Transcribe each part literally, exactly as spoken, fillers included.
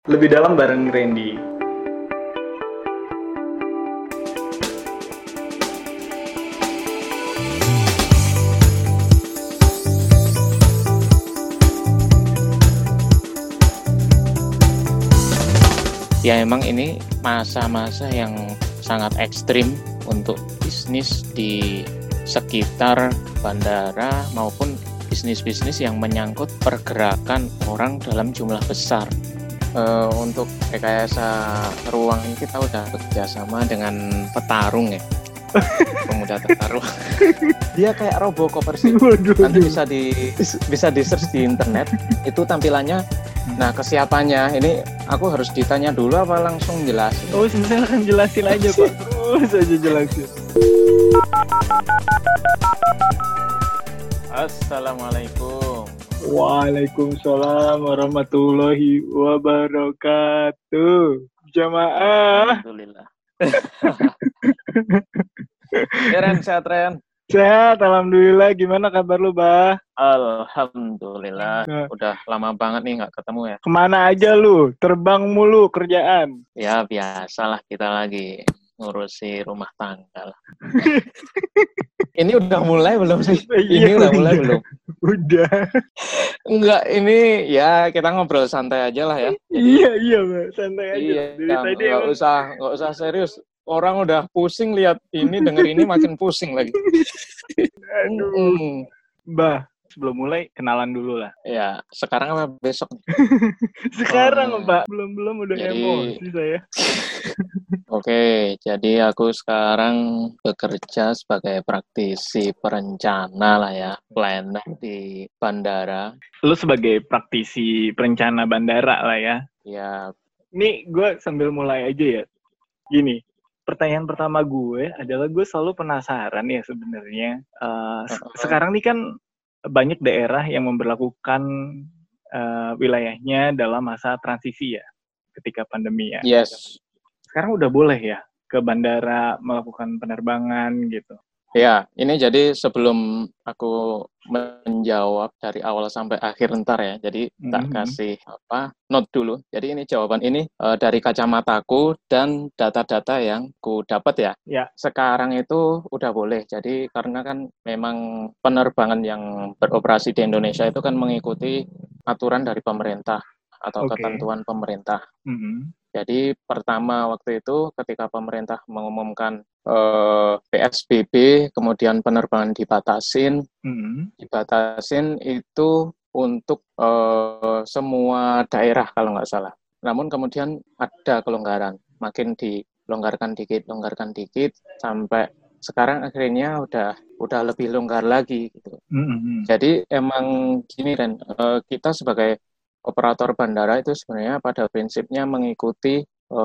Lebih dalam bareng Randy. Ya emang ini masa-masa yang sangat ekstrim untuk bisnis di sekitar bandara maupun bisnis-bisnis yang menyangkut pergerakan orang dalam jumlah besar. E, untuk rekayasa ruang ini kita udah bekerjasama dengan petarung ya. Pemuda tertaruh. Dia kayak Robocop persis. Nanti bisa di bisa di search di internet. Itu tampilannya. Nah, kesiapannya ini aku harus ditanya dulu apa langsung jelasin? Oh, silakan jelasin aja Pak. Terus aja jelasin. Assalamualaikum. Waalaikumsalam warahmatullahi wabarakatuh. Jamaah. Alhamdulillah. Ya, Ren, sehat, Ren? Sehat, alhamdulillah. Gimana kabar lu, Bah? Alhamdulillah. Nah. Udah lama banget nih nggak ketemu ya. Kemana aja lu? Terbang mulu kerjaan. Ya, biasalah kita lagi ngurusi rumah tangga. Ini udah mulai belum sih? Ini Iya, udah mulai belum? Udah. Enggak, ini ya kita ngobrol santai aja lah ya. Jadi, iya, iya, Mbak. Santai aja. iya, Dari tadi nggak emang... usah, nggak usah serius. Orang udah pusing lihat ini, denger ini makin pusing lagi. Aduh. Mm. Mbah, sebelum mulai kenalan dulu lah. Ya, sekarang apa besok? Sekarang, Oh, Mbak. Belum-belum udah jadi... emosi saya. Oke, jadi aku sekarang bekerja sebagai praktisi perencana lah ya, planner di bandara. Lu sebagai praktisi perencana bandara lah ya. Ya. Nih, gue sambil mulai aja ya. Gini, pertanyaan pertama gue adalah gue selalu penasaran ya sebenarnya. Uh, uh-huh. Sekarang nih kan banyak daerah yang memberlakukan uh, wilayahnya dalam masa transisi ya, ketika pandemi ya. Yes. Sekarang udah boleh ya ke bandara melakukan penerbangan gitu. Ya, ini jadi sebelum aku menjawab dari awal sampai akhir ntar ya. Jadi mm-hmm. tak kasih apa note dulu. Jadi ini jawaban ini uh, dari kacamataku dan data-data yang ku dapat ya. Ya. Sekarang itu udah boleh. Jadi karena kan memang penerbangan yang beroperasi di Indonesia itu kan mengikuti aturan dari pemerintah atau okay. ketentuan pemerintah. Mm-hmm. Jadi pertama waktu itu ketika pemerintah mengumumkan eh, P S B B, kemudian penerbangan dibatasin, mm-hmm. dibatasin itu untuk eh, semua daerah kalau nggak salah. Namun kemudian ada kelonggaran, makin dilonggarkan dikit, longgarkan dikit, sampai sekarang akhirnya udah udah lebih longgar lagi gitu. Mm-hmm. Jadi emang gini kan, eh, kita sebagai operator bandara itu sebenarnya pada prinsipnya mengikuti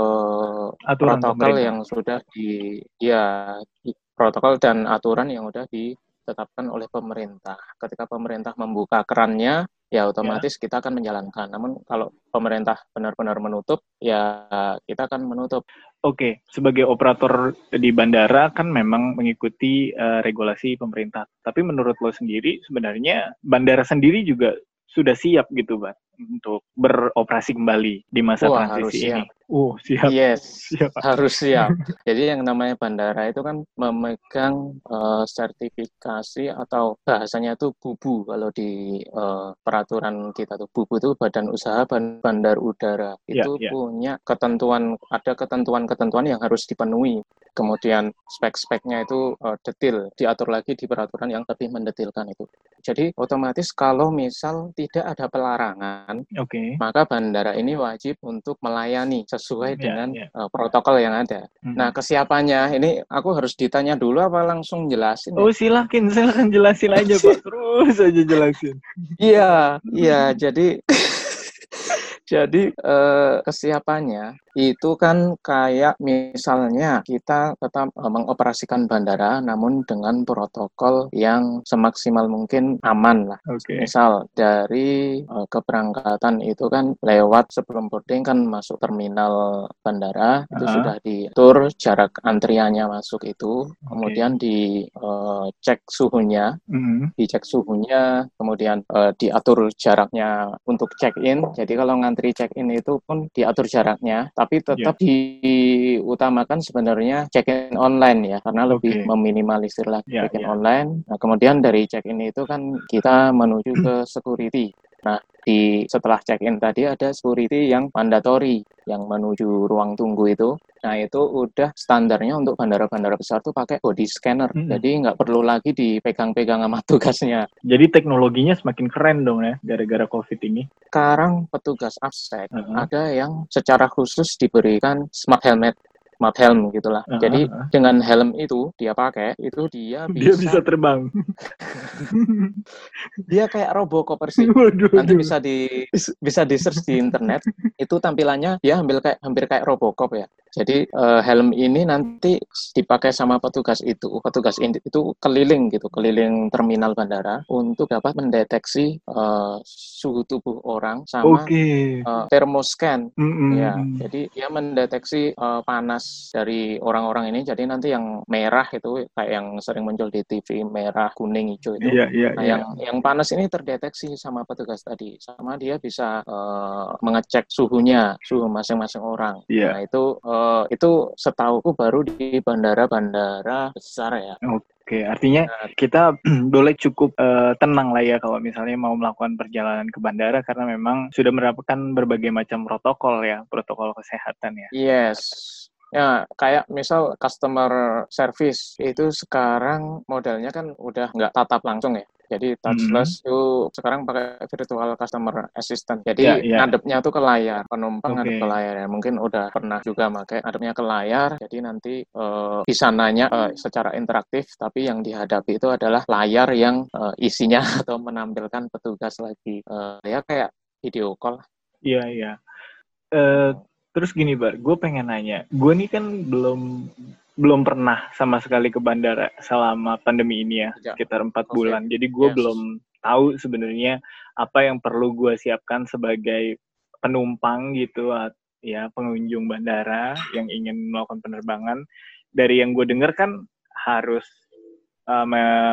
uh, protokol pemerintah yang sudah di ya di, protokol dan aturan yang sudah ditetapkan oleh pemerintah. Ketika pemerintah membuka kerannya, ya otomatis ya. Kita akan menjalankan. Namun kalau pemerintah benar-benar menutup, ya kita akan menutup. Oke, sebagai operator di bandara kan memang mengikuti uh, regulasi pemerintah. Tapi menurut lo sendiri sebenarnya bandara sendiri juga sudah siap gitu, Pak, untuk beroperasi kembali di masa Wah, transisi harus ini. Oh, siap. Yes, siap, harus siap. Jadi yang namanya bandara itu kan memegang uh, sertifikasi atau bahasanya itu BUBU kalau di uh, peraturan kita tuh. BUBU itu Badan Usaha Bandar Udara. Itu yeah, yeah. punya ketentuan, ada ketentuan-ketentuan yang harus dipenuhi. Kemudian spek-speknya itu uh, detail, diatur lagi di peraturan yang lebih mendetilkan itu. Jadi otomatis kalau misal tidak ada pelarangan, okay. maka bandara ini wajib untuk melayani sesuai yeah, dengan yeah. Uh, protokol yang ada. Mm-hmm. Nah, kesiapannya ini aku harus ditanya dulu apa langsung jelasin? Oh, ya? silakan, silakan jelasin aja, Pak. Terus aja jelasin. Iya, iya. Jadi Jadi eh, kesiapannya Itu kan kayak misalnya kita tetap uh, mengoperasikan bandara namun dengan protokol yang semaksimal mungkin aman lah. Oke. Misal dari uh, keberangkatan itu kan lewat sebelum boarding kan masuk terminal bandara, itu Uh-huh. sudah diatur jarak antriannya masuk itu, Oke. kemudian dicek suhunya, Mhm. dicek suhunya, kemudian uh, diatur jaraknya untuk check-in. Jadi kalau ngantri check-in itu pun diatur jaraknya, tapi tetap Yeah. diutamakan sebenarnya check-in online ya, karena lebih Oke. meminimalisir lah Ya, check-in ya. online. Nah, kemudian dari check-in itu kan kita menuju ke security. Nah, di setelah check-in tadi ada security yang mandatory yang menuju ruang tunggu itu. Nah, itu udah standarnya untuk bandara-bandara besar tuh pakai body scanner. Mm-mm. Jadi nggak perlu lagi dipegang-pegang sama tugasnya. Jadi teknologinya semakin keren dong ya, gara-gara COVID ini. Sekarang petugas AFSEC Uh-huh. ada yang secara khusus diberikan smart helmet, smart helm gitulah. Uh-huh. Jadi dengan helm itu dia pakai, itu dia bisa Dia bisa terbang. Dia kayak Robocop persis. Waduh, Nanti waduh. bisa di bisa di search di internet. Itu tampilannya dia hampir kayak hampir kayak Robocop ya. Jadi uh, helm ini nanti dipakai sama petugas itu, petugas itu keliling gitu, keliling terminal bandara untuk dapat mendeteksi uh, suhu tubuh orang sama Oke. uh, thermoscan. Mm-mm. Ya, jadi dia mendeteksi uh, panas dari orang-orang ini. Jadi nanti yang merah itu kayak yang sering muncul di T V, merah, kuning, hijau itu. Iya, iya, Nah, iya. yang yang panas ini terdeteksi sama petugas tadi, sama dia bisa uh, mengecek suhunya, suhu masing-masing orang. Iya. Nah, itu uh, itu setauku baru di bandara-bandara besar ya. Oke, artinya kita boleh cukup uh, tenang lah ya kalau misalnya mau melakukan perjalanan ke bandara karena memang sudah menerapkan berbagai macam protokol ya, protokol kesehatan ya. Yes. Ya, kayak misal customer service itu sekarang modelnya kan udah nggak tatap langsung ya. Jadi touchless Mm-hmm. itu sekarang pakai virtual customer assistant. Jadi Ya, ya. ngadepnya tuh ke layar, penumpang Oke. ngadep ke layar ya. Mungkin udah pernah juga pakai ngadepnya ke layar. Jadi nanti uh, bisa nanya uh, secara interaktif, tapi yang dihadapi itu adalah layar yang uh, isinya atau menampilkan petugas lagi. Uh, ya kayak video call. Iya, iya. Uh, Terus gini, Bar, gue pengen nanya. Gue nih kan belum belum pernah sama sekali ke bandara selama pandemi ini ya, ya. Sekitar empat okay. bulan. Jadi gue yes. belum tahu sebenarnya apa yang perlu gue siapkan sebagai penumpang gitu, ya pengunjung bandara yang ingin melakukan penerbangan. Dari yang gue dengar kan harus um,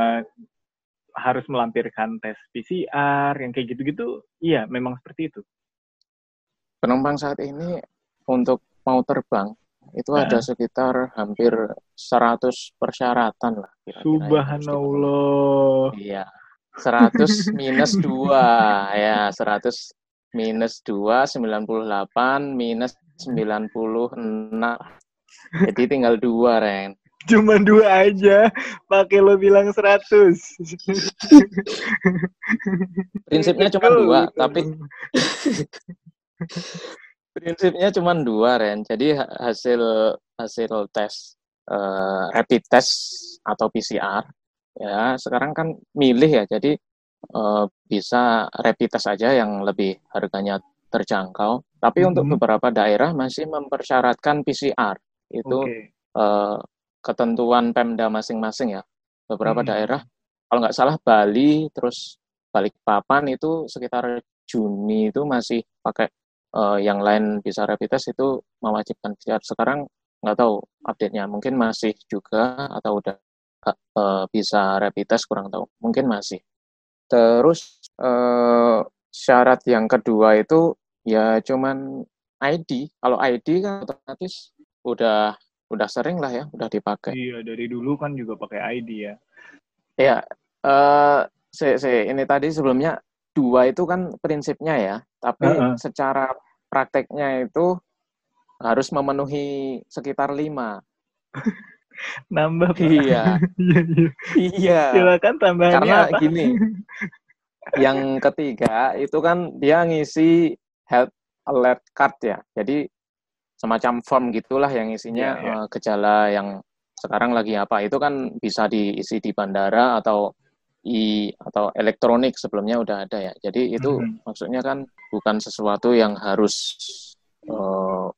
harus melampirkan tes P C R, yang kayak gitu-gitu. Iya, memang seperti itu. Penumpang saat ini untuk mau terbang itu nah. ada sekitar hampir seratus persyaratan lah kira-kira. Subhanallah. Iya. seratus minus dua ya, seratus minus dua sembilan puluh delapan minus sembilan puluh enam. Jadi tinggal dua, Ren. Cuma dua aja, pakai lo bilang seratus. Prinsipnya cuma dua, tapi prinsipnya cuma dua, Ren. Jadi hasil hasil tes uh, rapid test atau P C R ya sekarang kan milih ya. Jadi uh, bisa rapid test aja yang lebih harganya terjangkau. Tapi mm-hmm. untuk beberapa daerah masih mempersyaratkan P C R. Itu okay. uh, ketentuan Pemda masing-masing ya. Beberapa mm-hmm. daerah, kalau nggak salah Bali, terus Balikpapan itu sekitar Juni itu masih pakai. Uh, yang lain bisa rapid test itu mewajibkan P C R. Sekarang nggak tahu update-nya, mungkin masih juga atau udah uh, bisa rapid test, kurang tahu, mungkin masih. Terus uh, syarat yang kedua itu ya cuman I D. Kalau I D kan otomatis udah udah sering lah ya, udah dipakai. Iya, dari dulu kan juga pakai I D ya. Ya, uh, se, se, ini tadi sebelumnya dua itu kan prinsipnya ya, tapi uh-uh. secara prakteknya itu harus memenuhi sekitar lima. Nambah, Pak. Iya. Iya. Silakan tambahannya Karena apa? gini, yang ketiga itu kan dia ngisi health alert card ya. Jadi semacam form gitulah yang isinya yeah, yeah. Uh, gejala yang sekarang lagi apa. Itu kan bisa diisi di bandara atau i atau elektronik, sebelumnya udah ada ya. Jadi itu mm-hmm. maksudnya kan bukan sesuatu yang harus uh,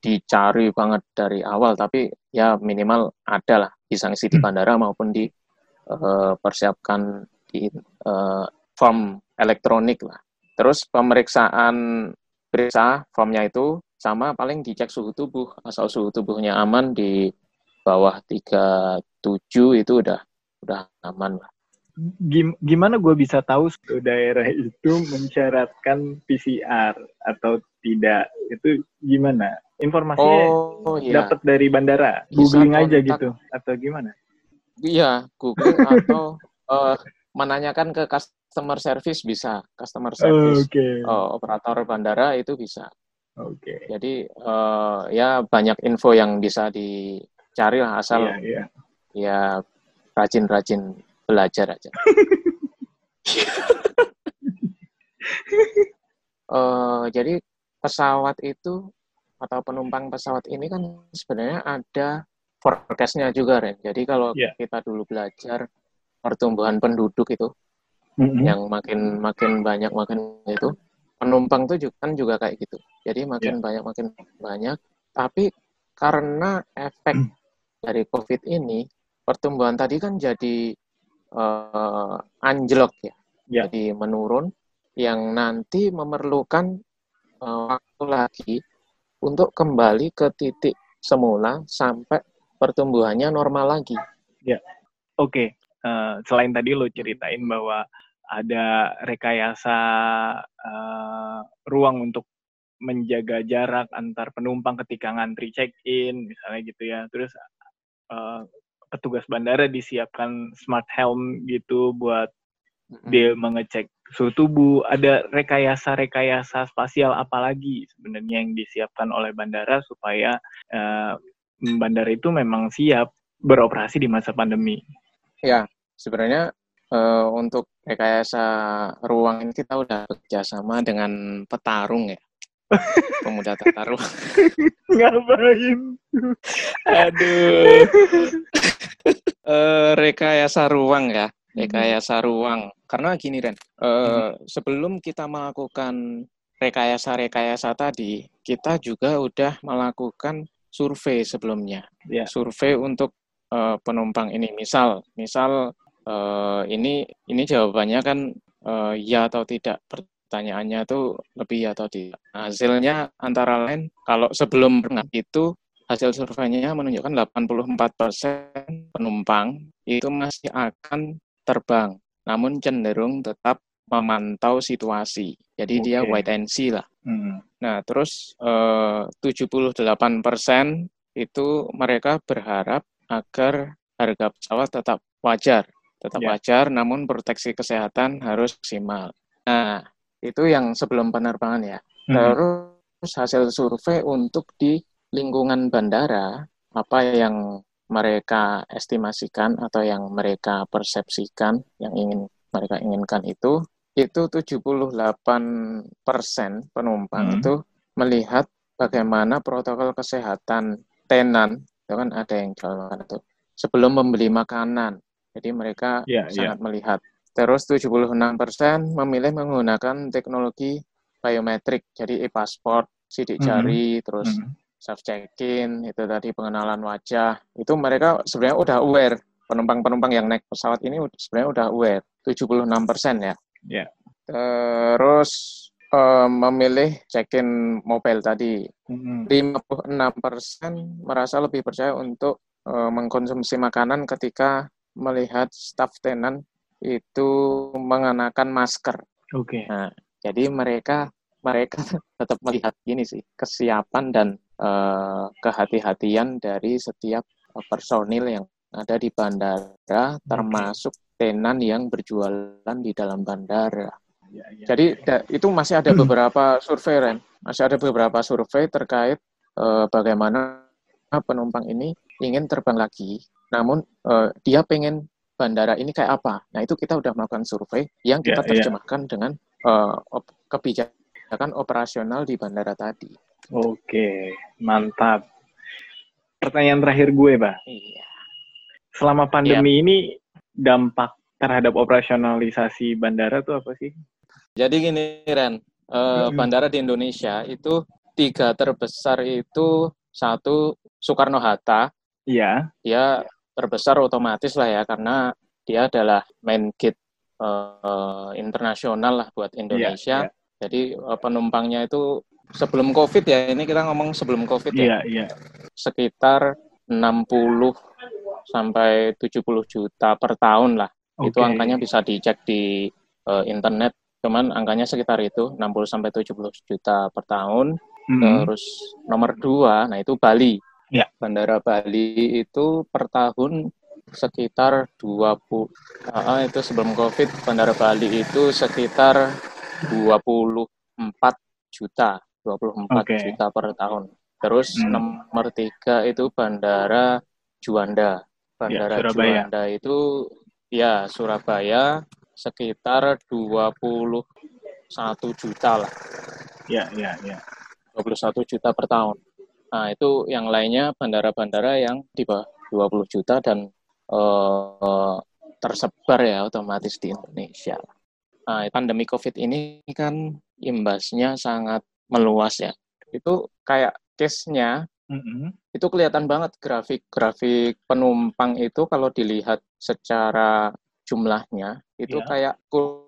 dicari banget dari awal, tapi ya minimal ada lah bisa ngisi di bandara maupun di uh, persiapkan di uh, form elektronik lah. Terus pemeriksaan periksa formnya itu sama paling dicek suhu tubuh, asal suhu tubuhnya aman di bawah tiga puluh tujuh itu udah udah aman lah. Gimana gue bisa tahu daerah itu mensyaratkan P C R atau tidak? Itu gimana? Informasinya oh, iya. dapat dari bandara? Bisa googling kontak, aja gitu? Atau gimana? Iya, googling atau uh, menanyakan ke customer service bisa. Customer service oh, okay. uh, operator bandara itu bisa. Oke. Okay. Jadi uh, ya banyak info yang bisa dicari lah asal yeah, yeah. ya rajin-rajin belajar aja. uh, jadi pesawat itu atau penumpang pesawat ini kan sebenarnya ada forecast-nya juga, Ren. Jadi kalau yeah. kita dulu belajar pertumbuhan penduduk itu mm-hmm. yang makin makin banyak makin itu penumpang tuh kan juga kayak gitu. Jadi makin yeah. banyak makin banyak. Tapi karena efek dari COVID ini pertumbuhan tadi kan jadi Uh, anjlok ya, yeah. jadi menurun yang nanti memerlukan uh, waktu lagi untuk kembali ke titik semula sampai pertumbuhannya normal lagi. Ya, yeah. oke. Okay. Uh, selain tadi lo ceritain bahwa ada rekayasa uh, ruang untuk menjaga jarak antar penumpang ketika ngantri check-in, misalnya gitu ya. Terus uh, petugas bandara disiapkan smart helm gitu buat mm-hmm. dia mengecek suhu tubuh. Ada rekayasa-rekayasa spasial apa lagi sebenarnya yang disiapkan oleh bandara supaya uh, bandara itu memang siap beroperasi di masa pandemi? Ya, sebenarnya uh, untuk rekayasa ruang ini kita udah bekerjasama dengan petarung ya. Pemuda Tatarung. Ngapain? Aduh. uh, rekayasa ruang ya, rekayasa ruang. Karena gini Ren, uh, hmm. sebelum kita melakukan rekayasa-rekayasa tadi, kita juga udah melakukan survei sebelumnya. Yeah. Survei untuk uh, penumpang ini. Misal, misal uh, ini ini jawabannya kan uh, ya atau tidak. Pertanyaannya tuh lebih atau tidak. Hasilnya antara lain, kalau sebelum pernah itu, hasil surveinya menunjukkan delapan puluh empat persen penumpang itu masih akan terbang, namun cenderung tetap memantau situasi. Jadi okay. dia wait and see lah. Hmm. Nah, terus eh, tujuh puluh delapan persen itu mereka berharap agar harga pesawat tetap wajar. Tetap yeah. wajar, namun proteksi kesehatan harus maksimal. Nah, itu yang sebelum penerbangan ya. Hmm. Terus hasil survei untuk di lingkungan bandara, apa yang mereka estimasikan atau yang mereka persepsikan, yang ingin mereka inginkan itu, itu tujuh puluh delapan persen penumpang hmm. itu melihat bagaimana protokol kesehatan tenan, itu kan ada yang jual makanan itu, sebelum membeli makanan. Jadi mereka yeah, sangat yeah. melihat. Terus tujuh puluh enam persen memilih menggunakan teknologi biometrik, jadi e-passport, sidik jari, mm-hmm. terus mm-hmm. self-check-in, itu tadi pengenalan wajah. Itu mereka sebenarnya udah aware, penumpang-penumpang yang naik pesawat ini sebenarnya udah aware, tujuh puluh enam persen ya. Yeah. Terus um, memilih check-in mobile tadi, mm-hmm. lima puluh enam persen merasa lebih percaya untuk um, mengkonsumsi makanan ketika melihat staf tenan itu mengenakan masker. Oke. Okay. Nah, jadi mereka mereka tetap melihat gini sih, kesiapan dan uh, kehati-hatian dari setiap personil yang ada di bandara, termasuk okay. tenan yang berjualan di dalam bandara. Ya, ya, jadi ya. Da, itu masih ada beberapa survei, Ren. Masih ada beberapa survei terkait uh, bagaimana penumpang ini ingin terbang lagi, namun uh, dia pengen bandara ini kayak apa? Nah, itu kita udah melakukan survei yang kita yeah, terjemahkan yeah. dengan uh, op- kebijakan operasional di bandara tadi. Oke, okay, mantap. Pertanyaan terakhir gue, Bah. Iya. Selama pandemi yeah. ini, dampak terhadap operasionalisasi bandara itu apa sih? Jadi gini, Ren, uh, bandara di Indonesia itu tiga terbesar itu satu Soekarno-Hatta. Iya. Dia terbesar otomatis lah ya, karena dia adalah main gate uh, internasional lah buat Indonesia. Iya, iya. Jadi uh, penumpangnya itu sebelum COVID ya, ini kita ngomong sebelum COVID ya. Iya, iya. Sekitar enam puluh sampai tujuh puluh juta per tahun lah. Okay. Itu angkanya bisa dicek di uh, internet. Cuman angkanya sekitar itu, enam puluh sampai tujuh puluh juta per tahun. Mm-hmm. Terus nomor dua, nah itu Bali. Ya. Bandara Bali itu per tahun sekitar dua puluh, uh, itu sebelum COVID, Bandara Bali itu sekitar dua puluh empat juta, dua puluh empat okay. juta per tahun. Terus hmm. nomor tiga itu Bandara Juanda. Bandara ya, Juanda itu ya Surabaya sekitar dua puluh satu juta lah. Ya, ya, ya. dua puluh satu juta per tahun. Nah, itu yang lainnya bandara-bandara yang di bawah dua puluh juta dan uh, tersebar ya otomatis di Indonesia. Nah, pandemi COVID ini kan imbasnya sangat meluas ya. Itu kayak case-nya, mm-hmm. itu kelihatan banget grafik-grafik penumpang itu kalau dilihat secara jumlahnya, itu yeah. kayak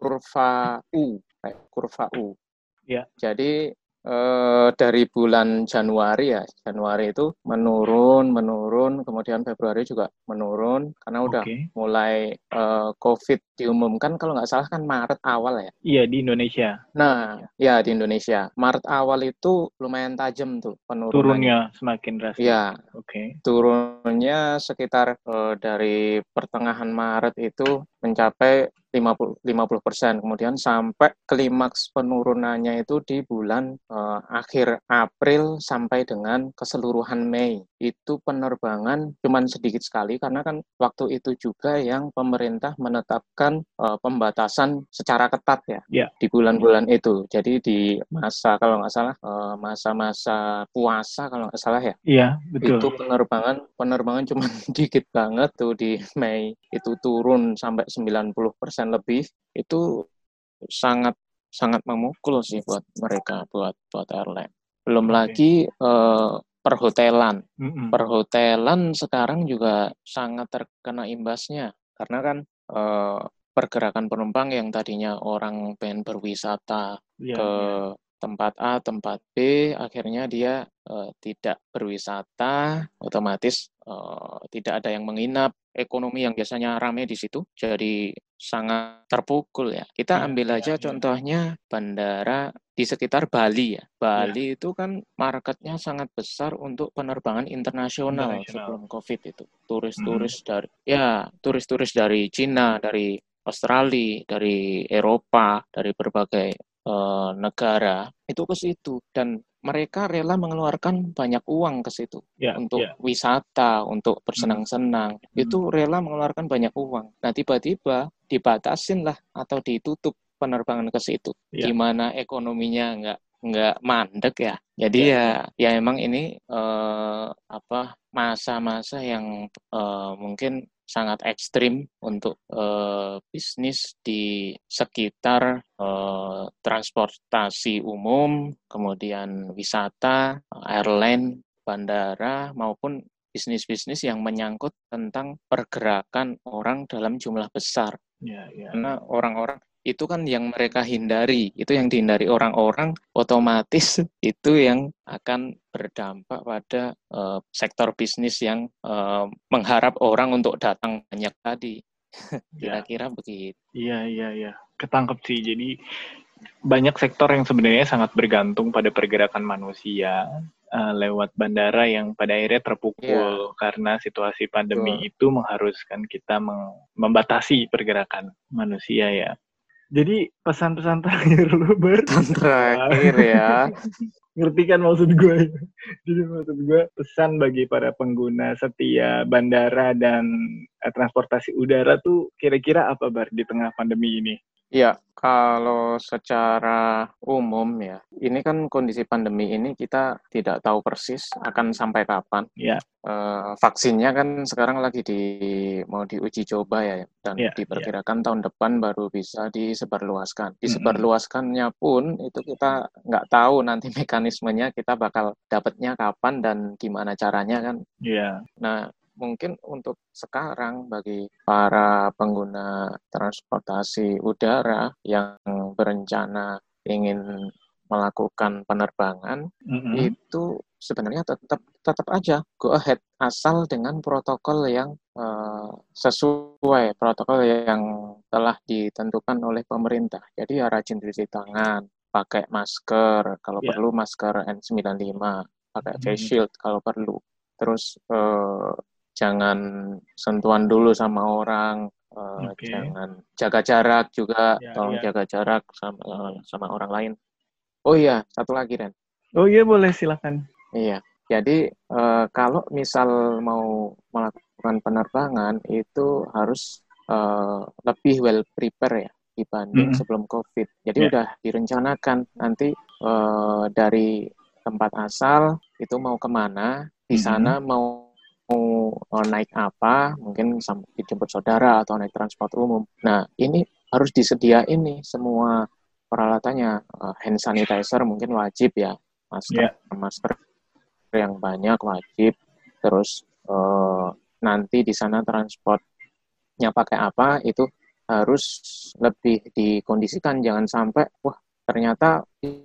kurva U, kayak kurva U. Yeah. Jadi eh, dari bulan Januari ya, Januari itu menurun, menurun, kemudian Februari juga menurun, karena udah okay. mulai eh, COVID diumumkan, kalau nggak salah kan Maret awal ya. Iya, di Indonesia. Nah, ya di Indonesia. Maret awal itu lumayan tajam tuh penurunannya. Turunnya semakin drastis. Iya, oke. Okay. Turunnya sekitar eh, dari pertengahan Maret itu mencapai lima puluh persen, kemudian sampai klimaks penurunannya itu di bulan eh, akhir April sampai dengan keseluruhan Mei. Itu penerbangan cuman sedikit sekali, karena kan waktu itu juga yang pemerintah menetapkan eh, pembatasan secara ketat ya, yeah. di bulan-bulan itu. Jadi di masa, kalau nggak salah, eh, masa-masa puasa kalau nggak salah ya. Iya, yeah, betul. Itu penerbangan, penerbangan cuman dikit banget tuh di Mei. Itu turun sampai sembilan puluh persen lebih. Itu sangat sangat memukul sih buat mereka, buat buat airline. Belum okay. lagi eh, perhotelan. Mm-hmm. Perhotelan sekarang juga sangat terkena imbasnya, karena kan eh, pergerakan penumpang yang tadinya orang pengen berwisata yeah, ke yeah. tempat A, tempat B, akhirnya dia uh, tidak berwisata, otomatis uh, tidak ada yang menginap. Ekonomi yang biasanya ramai di situ jadi sangat terpukul ya. Kita ambil aja ya, contohnya ya. Bandara di sekitar Bali ya. Bali ya. Itu kan marketnya sangat besar untuk penerbangan internasional sebelum COVID itu. Turis-turis hmm. dari ya, turis-turis dari Cina, dari Australia, dari Eropa, dari berbagai uh, negara itu ke situ, dan mereka rela mengeluarkan banyak uang ke situ yeah, untuk yeah. wisata, untuk bersenang-senang. Hmm. Itu rela mengeluarkan banyak uang. Nah, tiba-tiba dibatasin lah atau ditutup penerbangan ke situ. Yeah. Di mana ekonominya nggak nggak mandek ya. Jadi yeah. ya ya emang ini uh, apa masa-masa yang uh, mungkin sangat ekstrim untuk uh, bisnis di sekitar uh, transportasi umum, kemudian wisata, airline, bandara, maupun bisnis-bisnis yang menyangkut tentang pergerakan orang dalam jumlah besar. Ya, ya. Karena orang-orang itu kan yang mereka hindari, itu yang dihindari orang-orang, otomatis itu yang akan berdampak pada uh, sektor bisnis yang uh, mengharap orang untuk datang banyak tadi. Kira-kira ya. Begitu. Iya, iya, iya. Ketangkep sih. Jadi banyak sektor yang sebenarnya sangat bergantung pada pergerakan manusia uh, lewat bandara yang pada akhirnya terpukul ya. Karena situasi pandemi Betul. Itu mengharuskan kita meng- membatasi pergerakan manusia ya. Jadi pesan-pesan terakhir lu Ber. Pesan terakhir ya. Ngerti kan maksud gue? Jadi maksud gue pesan bagi para pengguna setia bandara dan uh, transportasi udara tuh kira-kira apa Bar di tengah pandemi ini? Ya, kalau secara umum ya, ini kan kondisi pandemi ini kita tidak tahu persis akan sampai kapan. Ya. Uh, vaksinnya kan sekarang lagi di mau diuji coba ya, dan Ya, diperkirakan ya. tahun depan baru bisa disebarluaskan. Disebarluaskannya pun itu kita nggak tahu nanti mekanismenya kita bakal dapatnya kapan dan gimana caranya kan. Iya. Nah, mungkin untuk sekarang bagi para pengguna transportasi udara yang berencana ingin melakukan penerbangan, mm-hmm. itu sebenarnya tetap tetap aja go ahead asal dengan protokol yang uh, sesuai protokol yang telah ditentukan oleh pemerintah. Jadi ya rajin cuci tangan, pakai masker kalau yeah. perlu masker N sembilan puluh lima, pakai face shield mm-hmm. kalau perlu. Terus uh, jangan sentuhan dulu sama orang, uh, okay. jangan jaga jarak juga, ya, tolong ya. jaga jarak sama sama orang lain. Oh iya, satu lagi Ren. Oh iya boleh silakan. Iya, jadi uh, kalau misal mau melakukan penerbangan itu harus uh, lebih well prepare ya dibanding mm-hmm. sebelum COVID. Jadi yeah. udah direncanakan nanti uh, dari tempat asal itu mau kemana, di sana mm-hmm. mau mau naik apa, mungkin dijemput saudara atau naik transport umum. Nah, ini harus disediain nih semua peralatannya. Hand sanitizer mungkin wajib ya, masker, yeah. masker yang banyak wajib. Terus uh, nanti di sana transportnya pakai apa, itu harus lebih dikondisikan. Jangan sampai, wah ternyata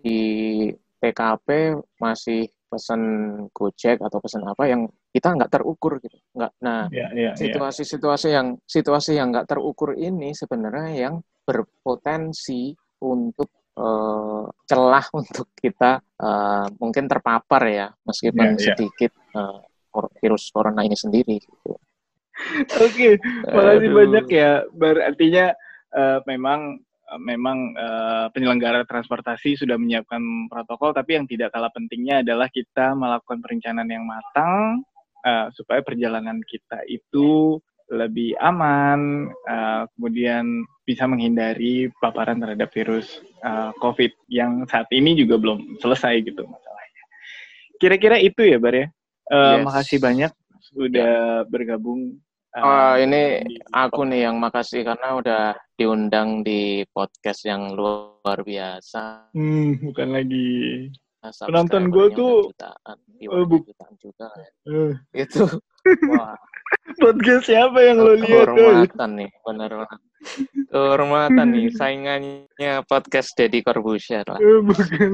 di T K P masih pesan Gojek atau pesan apa yang kita nggak terukur gitu, nggak. Nah, yeah, yeah, situasi-situasi yeah. yang situasi yang nggak terukur ini sebenarnya yang berpotensi untuk uh, celah untuk kita uh, mungkin terpapar ya, meskipun yeah, yeah. sedikit uh, virus corona ini sendiri. Gitu. Oke, okay. Makasih Aduh. banyak ya. Berartinya uh, memang memang uh, penyelenggara transportasi sudah menyiapkan protokol, tapi yang tidak kalah pentingnya adalah kita melakukan perencanaan yang matang uh, supaya perjalanan kita itu lebih aman, uh, kemudian bisa menghindari paparan terhadap virus uh, COVID yang saat ini juga belum selesai gitu masalahnya. Kira-kira itu ya, Bar ya. Uh, yes. Makasih banyak sudah yeah. bergabung. Oh, ini aku nih yang makasih karena udah diundang di podcast yang luar biasa. Hmm, bukan lagi. Nah, penonton gue tuh jutaan, oh, bu- jutaan juga. Uh. Itu wah. Podcast siapa yang lo lihat? Kehormatan nih, benar-benar. Kehormatan nih, saingannya podcast Deddy Corbuzier lah. Uh, bukan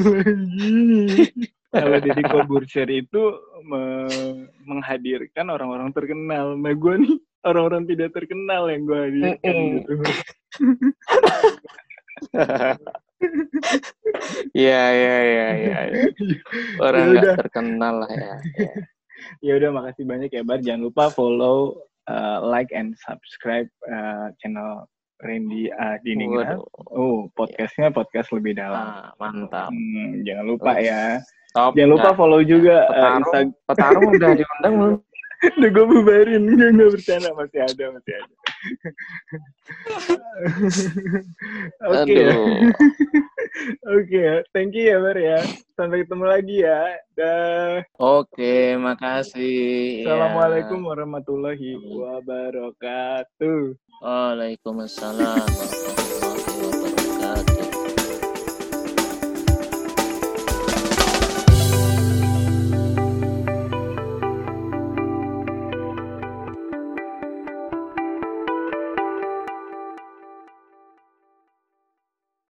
lagi. Kalau Deddy Corbuzier itu me- menghadirkan orang-orang terkenal. Nah, gue nih orang-orang tidak terkenal yang gue hadirkan gitu. Iya, iya, iya, iya. Orang nggak terkenal lah ya. ya. Ya udah, makasih banyak ya, Bar. Jangan lupa follow, uh, like, and subscribe uh, channel Randy Adiningrat. Oh, podcastnya ya. Podcast lebih dalam. Ah, mantap. Hmm, jangan lupa Ups. ya. Top. Jangan lupa follow juga ya. Petarung, uh, Instagram. Petarung udah diundang belum? Udah gue bubarin, enggak, enggak bercanda, masih ada, masih ada. Oke ya. Oke, thank you ya, Bar ya. Sampai ketemu lagi ya. Dah. Oke, makasih. Assalamualaikum ya. warahmatullahi wabarakatuh. Waalaikumsalam warahmatullahi wabarakatuh.